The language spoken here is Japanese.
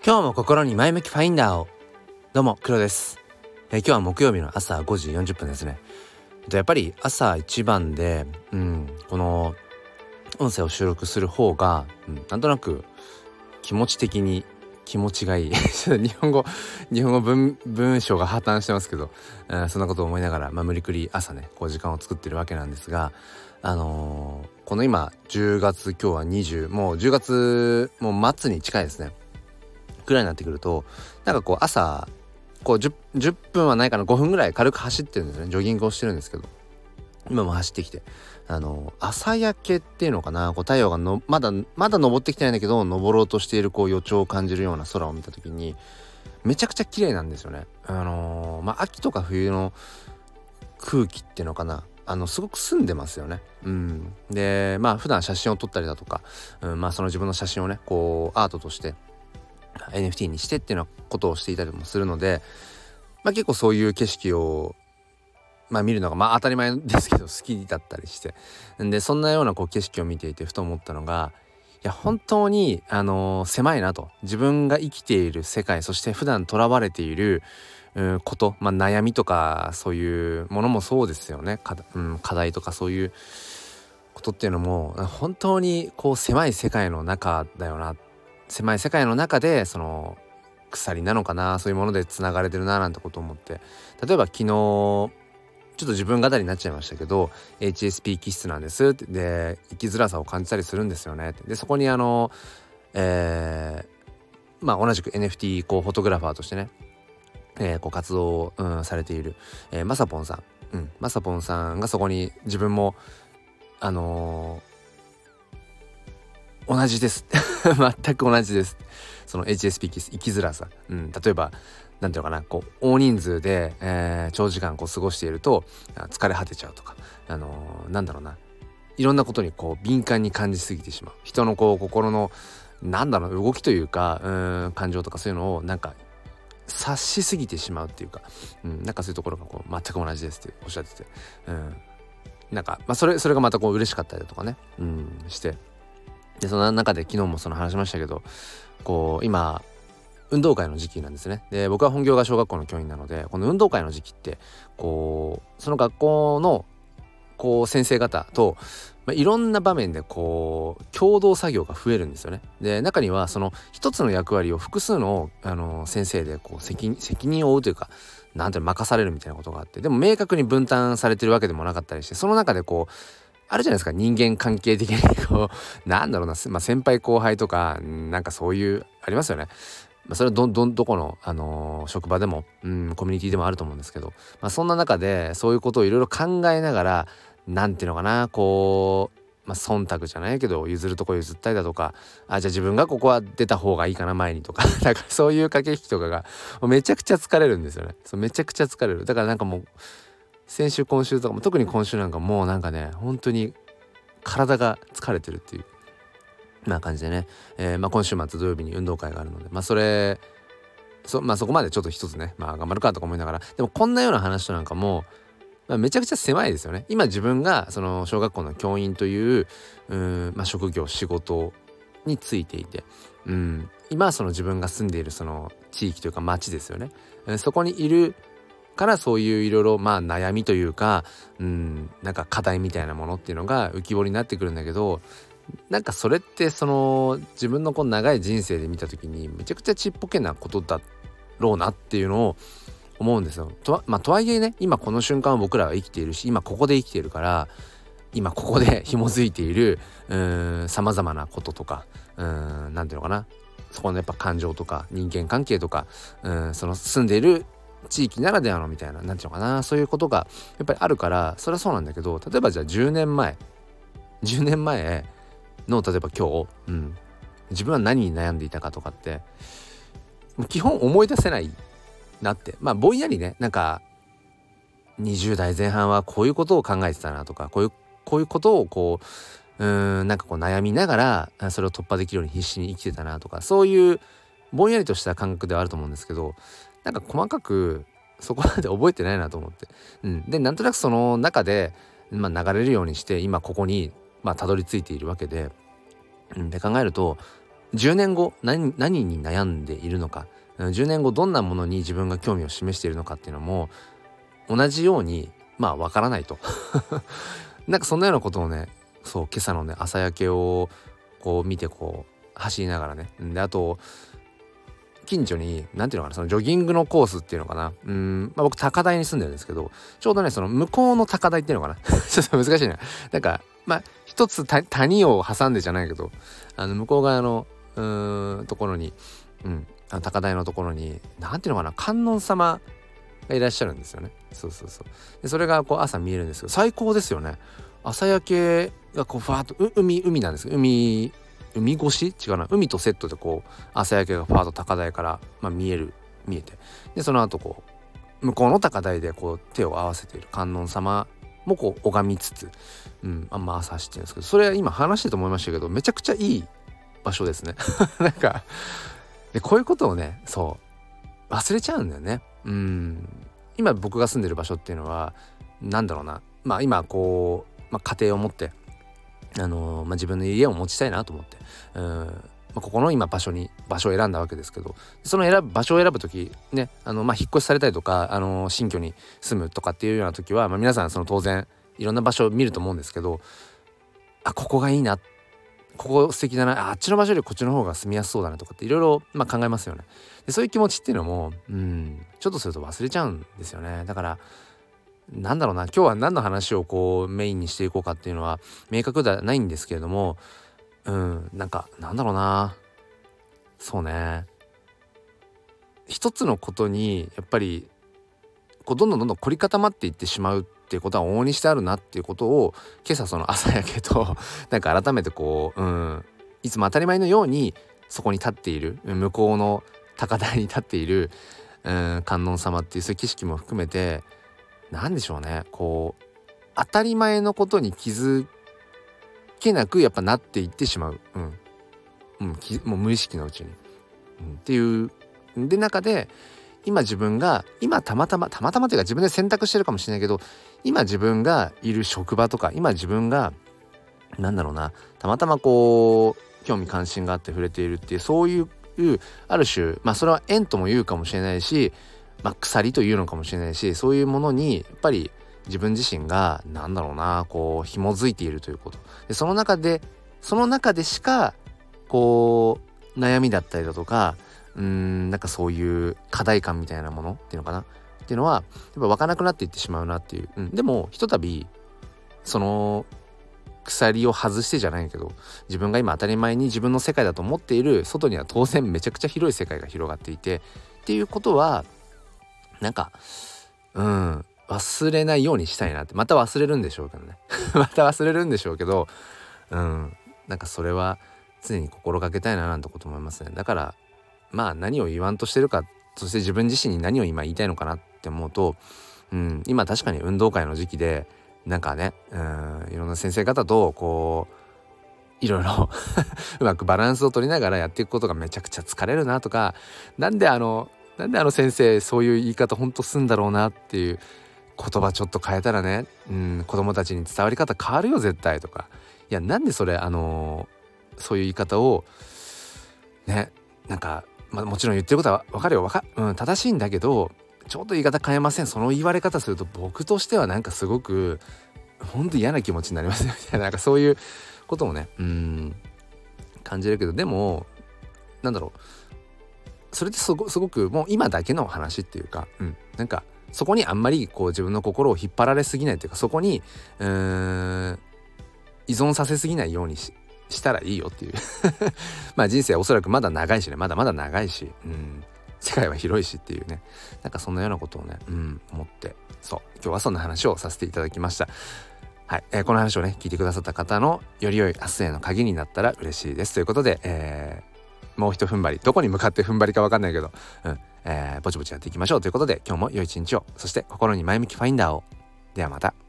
今日も心に前向きファインダーを。どうも黒です。今日は木曜日の朝5時40分ですね。やっぱり朝一番で、この音声を収録する方が、なんとなく気持ち的に気持ちがいい日本語文章が破綻してますけど、そんなことを思いながら、無理くり朝ねこう時間を作ってるわけなんですが、この今10月、今日は20、もう10月もう末に近いですねくらいになってくると、なんかこう朝こう 10分はないかな、5分ぐらい軽く走ってるんですね。ジョギングをしてるんですけど、今も走ってきて朝焼けっていうのかな、こう太陽がまだ昇ってきてないんだけど昇ろうとしているこう予兆を感じるような空を見た時にめちゃくちゃ綺麗なんですよね。秋とか冬の空気っていうのかな、すごく澄んでますよね。で普段写真を撮ったりだとか、その自分の写真をねこうアートとしてNFT にしてっていうようなことをしていたりもするので、結構そういう景色を見るのが当たり前ですけど好きだったりして、でそんなようなこう景色を見ていてふと思ったのが、いや本当に狭いなと。自分が生きている世界、そして普段とらわれていること、悩みとかそういうものもそうですよね。課題とかそういうことっていうのも本当にこう狭い世界の中だよな。狭い世界の中でその鎖なのかな、そういうものでつながれてるななんてことを思って、例えば昨日ちょっと自分語りになっちゃいましたけど HSP 気質なんですって、で生きづらさを感じたりするんですよねって。でそこに同じく NFT こうフォトグラファーとしてね、こう活動を、されている、まさぽんさん、まさぽんさんがそこに自分も同じです全く同じです。その HSP 気質、生きづらさ、例えばなんていうのかな、こう大人数で、長時間こう過ごしていると疲れ果てちゃうとか、いろんなことにこう敏感に感じすぎてしまう。人のこう心の動きというか感情とかそういうのを察しすぎてしまうっていうか、そういうところがこう全く同じですっておっしゃってて、それがまたこう嬉しかったりだとかね、して、でその中で昨日も話しましたけど、こう今運動会の時期なんですね。で僕は本業が小学校の教員なので、この運動会の時期ってこうその学校のこう先生方と、いろんな場面でこう共同作業が増えるんですよね。で中にはその一つの役割を複数の、先生でこう責任を負うというか、任されるみたいなことがあって、でも明確に分担されてるわけでもなかったりして、その中でこうあるじゃないですか、人間関係的にこう先輩後輩とかそういうありますよね。それはどこの、職場でも、コミュニティでもあると思うんですけど、そんな中でそういうことをいろいろ考えながら、なんていうのかな、こう、忖度じゃないけど譲るとこ譲ったりだとか、じゃあ自分がここは出た方がいいかな前にとかそういう駆け引きとかがめちゃくちゃ疲れるんですよね。めちゃくちゃ疲れる。だからもう先週今週とかも特に今週もう本当に体が疲れてるっていう感じでね、今週末土曜日に運動会があるので、そこまでちょっと一つね、頑張るかとか思いながら、でもこんなような話ともめちゃくちゃ狭いですよね。今自分がその小学校の教員という職業仕事についていて、今その自分が住んでいるその地域というか町ですよね、そこにいるからそういういろいろ悩みというか、課題みたいなものっていうのが浮き彫りになってくるんだけど、それってその自分のこう長い人生で見た時にめちゃくちゃちっぽけなことだろうなっていうのを思うんですよ。とはいえね、今この瞬間を僕らは生きているし、今ここで生きているから、今ここで紐づいている様々なこととか、なんていうのかな、そこのやっぱ感情とか人間関係とか、その住んでいる地域ならではのみたいな、なんていうのかな、そういうことがやっぱりあるから、それはそうなんだけど、例えばじゃあ10年前の例えば今日、自分は何に悩んでいたかとかって基本思い出せないなって、ぼんやりね、20代前半はこういうことを考えてたなとか、こういうことをこう悩みながらそれを突破できるように必死に生きてたなとか、そういうぼんやりとした感覚ではあると思うんですけど、細かくそこまで覚えてないなと思って、でなんとなくその中で、流れるようにして今ここにたどり着いているわけで、で考えると 10年後何に悩んでいるのか、10年後どんなものに自分が興味を示しているのかっていうのも同じようにわからないとなんかそんなようなことをね、そう今朝のね朝焼けをこう見てこう走りながらね、であと近所になんていうのかな、そのジョギングのコースっていうのかな、僕高台に住んでるんですけど、ちょうどねその向こうの高台っていうのかなちょっと難しいな、なんか一つ谷を挟んでじゃないけど、向こう側のところに、高台のところになんていうのかな、観音様がいらっしゃるんですよね。そうでそれがこう朝見えるんですけど、最高ですよね。朝焼けがこうファーッと海なんですけど、海越し違うな、海とセットでこう朝焼けがファーッと高台から見えて、でその後こう向こうの高台でこう手を合わせている観音様もこう拝みつつ、朝走ってるんですけど、それ今話してて思いましたけど、めちゃくちゃいい場所ですねなんかでこういうことをねそう忘れちゃうんだよね。今僕が住んでる場所っていうのはなんだろうな、今こう、家庭を持って自分の家を持ちたいなと思って、ここの今場所を選んだわけですけど、その場所を選ぶ時ね、引っ越しされたりとか新居に住むとかっていうような時は、皆さんその当然いろんな場所を見ると思うんですけど、ここがいいな、ここ素敵だな、あっちの場所よりこっちの方が住みやすそうだなとかっていろいろ考えますよね。でそういう気持ちっていうのもちょっとすると忘れちゃうんですよね。だからなんだろうな、今日は何の話をこうメインにしていこうかっていうのは明確ではないんですけれども、なんだろうな、そうね、一つのことにやっぱりこうどんどん凝り固まっていってしまうっていうことは往々にしてあるなっていうことを今朝その朝焼けと改めてこう、いつも当たり前のようにそこに立っている向こうの高台に立っている、観音様っていうそういう景色も含めて、なんでしょうね、こう当たり前のことに気づけなくやっぱなっていってしまう、もう無意識のうちに、っていうで中で今自分がたまたまっていうか自分で選択してるかもしれないけど、今自分がいる職場とか今自分がなんだろうな、たまたまこう興味関心があって触れているっていう、そういうある種それは縁とも言うかもしれないし、鎖というのかもしれないし、そういうものにやっぱり自分自身がなんだろうな、こう紐づいているということで、その中でしかこう悩みだったりだとかそういう課題感みたいなものっていうのかなっていうのはやっぱ湧かなくなっていってしまうなっていう、でもひとたびその鎖を外してじゃないけど、自分が今当たり前に自分の世界だと思っている外には当然めちゃくちゃ広い世界が広がっていてっていうことは忘れないようにしたいなって、また忘れるんでしょうけどねそれは常に心がけたいななんてこと思いますね。だから何を言わんとしてるか、そして自分自身に何を今言いたいのかなって思うと、今確かに運動会の時期でいろんな先生方とこういろいろうまくバランスを取りながらやっていくことがめちゃくちゃ疲れるなとか、なんであの先生そういう言い方ほんとすんだろうなっていう、言葉ちょっと変えたらね、子供たちに伝わり方変わるよ絶対とか、いやなんでそれそういう言い方をね、もちろん言ってることは分かるよ、正しいんだけどちょっと言い方変えません、その言われ方すると僕としてはすごくほんと嫌な気持ちになりますよみたいな、そういうこともね感じるけど、でもそれってすごくもう今だけの話っていうか、そこにあんまりこう自分の心を引っ張られすぎないっていうか、そこに依存させすぎないようにしたらいいよっていう人生はおそらくまだ長いしね、まだまだ長いし、世界は広いしっていうね、そんなようなことをね、思って、今日はそんな話をさせていただきました。はい、この話をね聞いてくださった方のより良い明日への鍵になったら嬉しいですということで、もう一踏ん張り、どこに向かって踏ん張りか分かんないけど、ぼちぼちやっていきましょうということで、今日も良い一日を、そして心に前向きファインダーを。ではまた。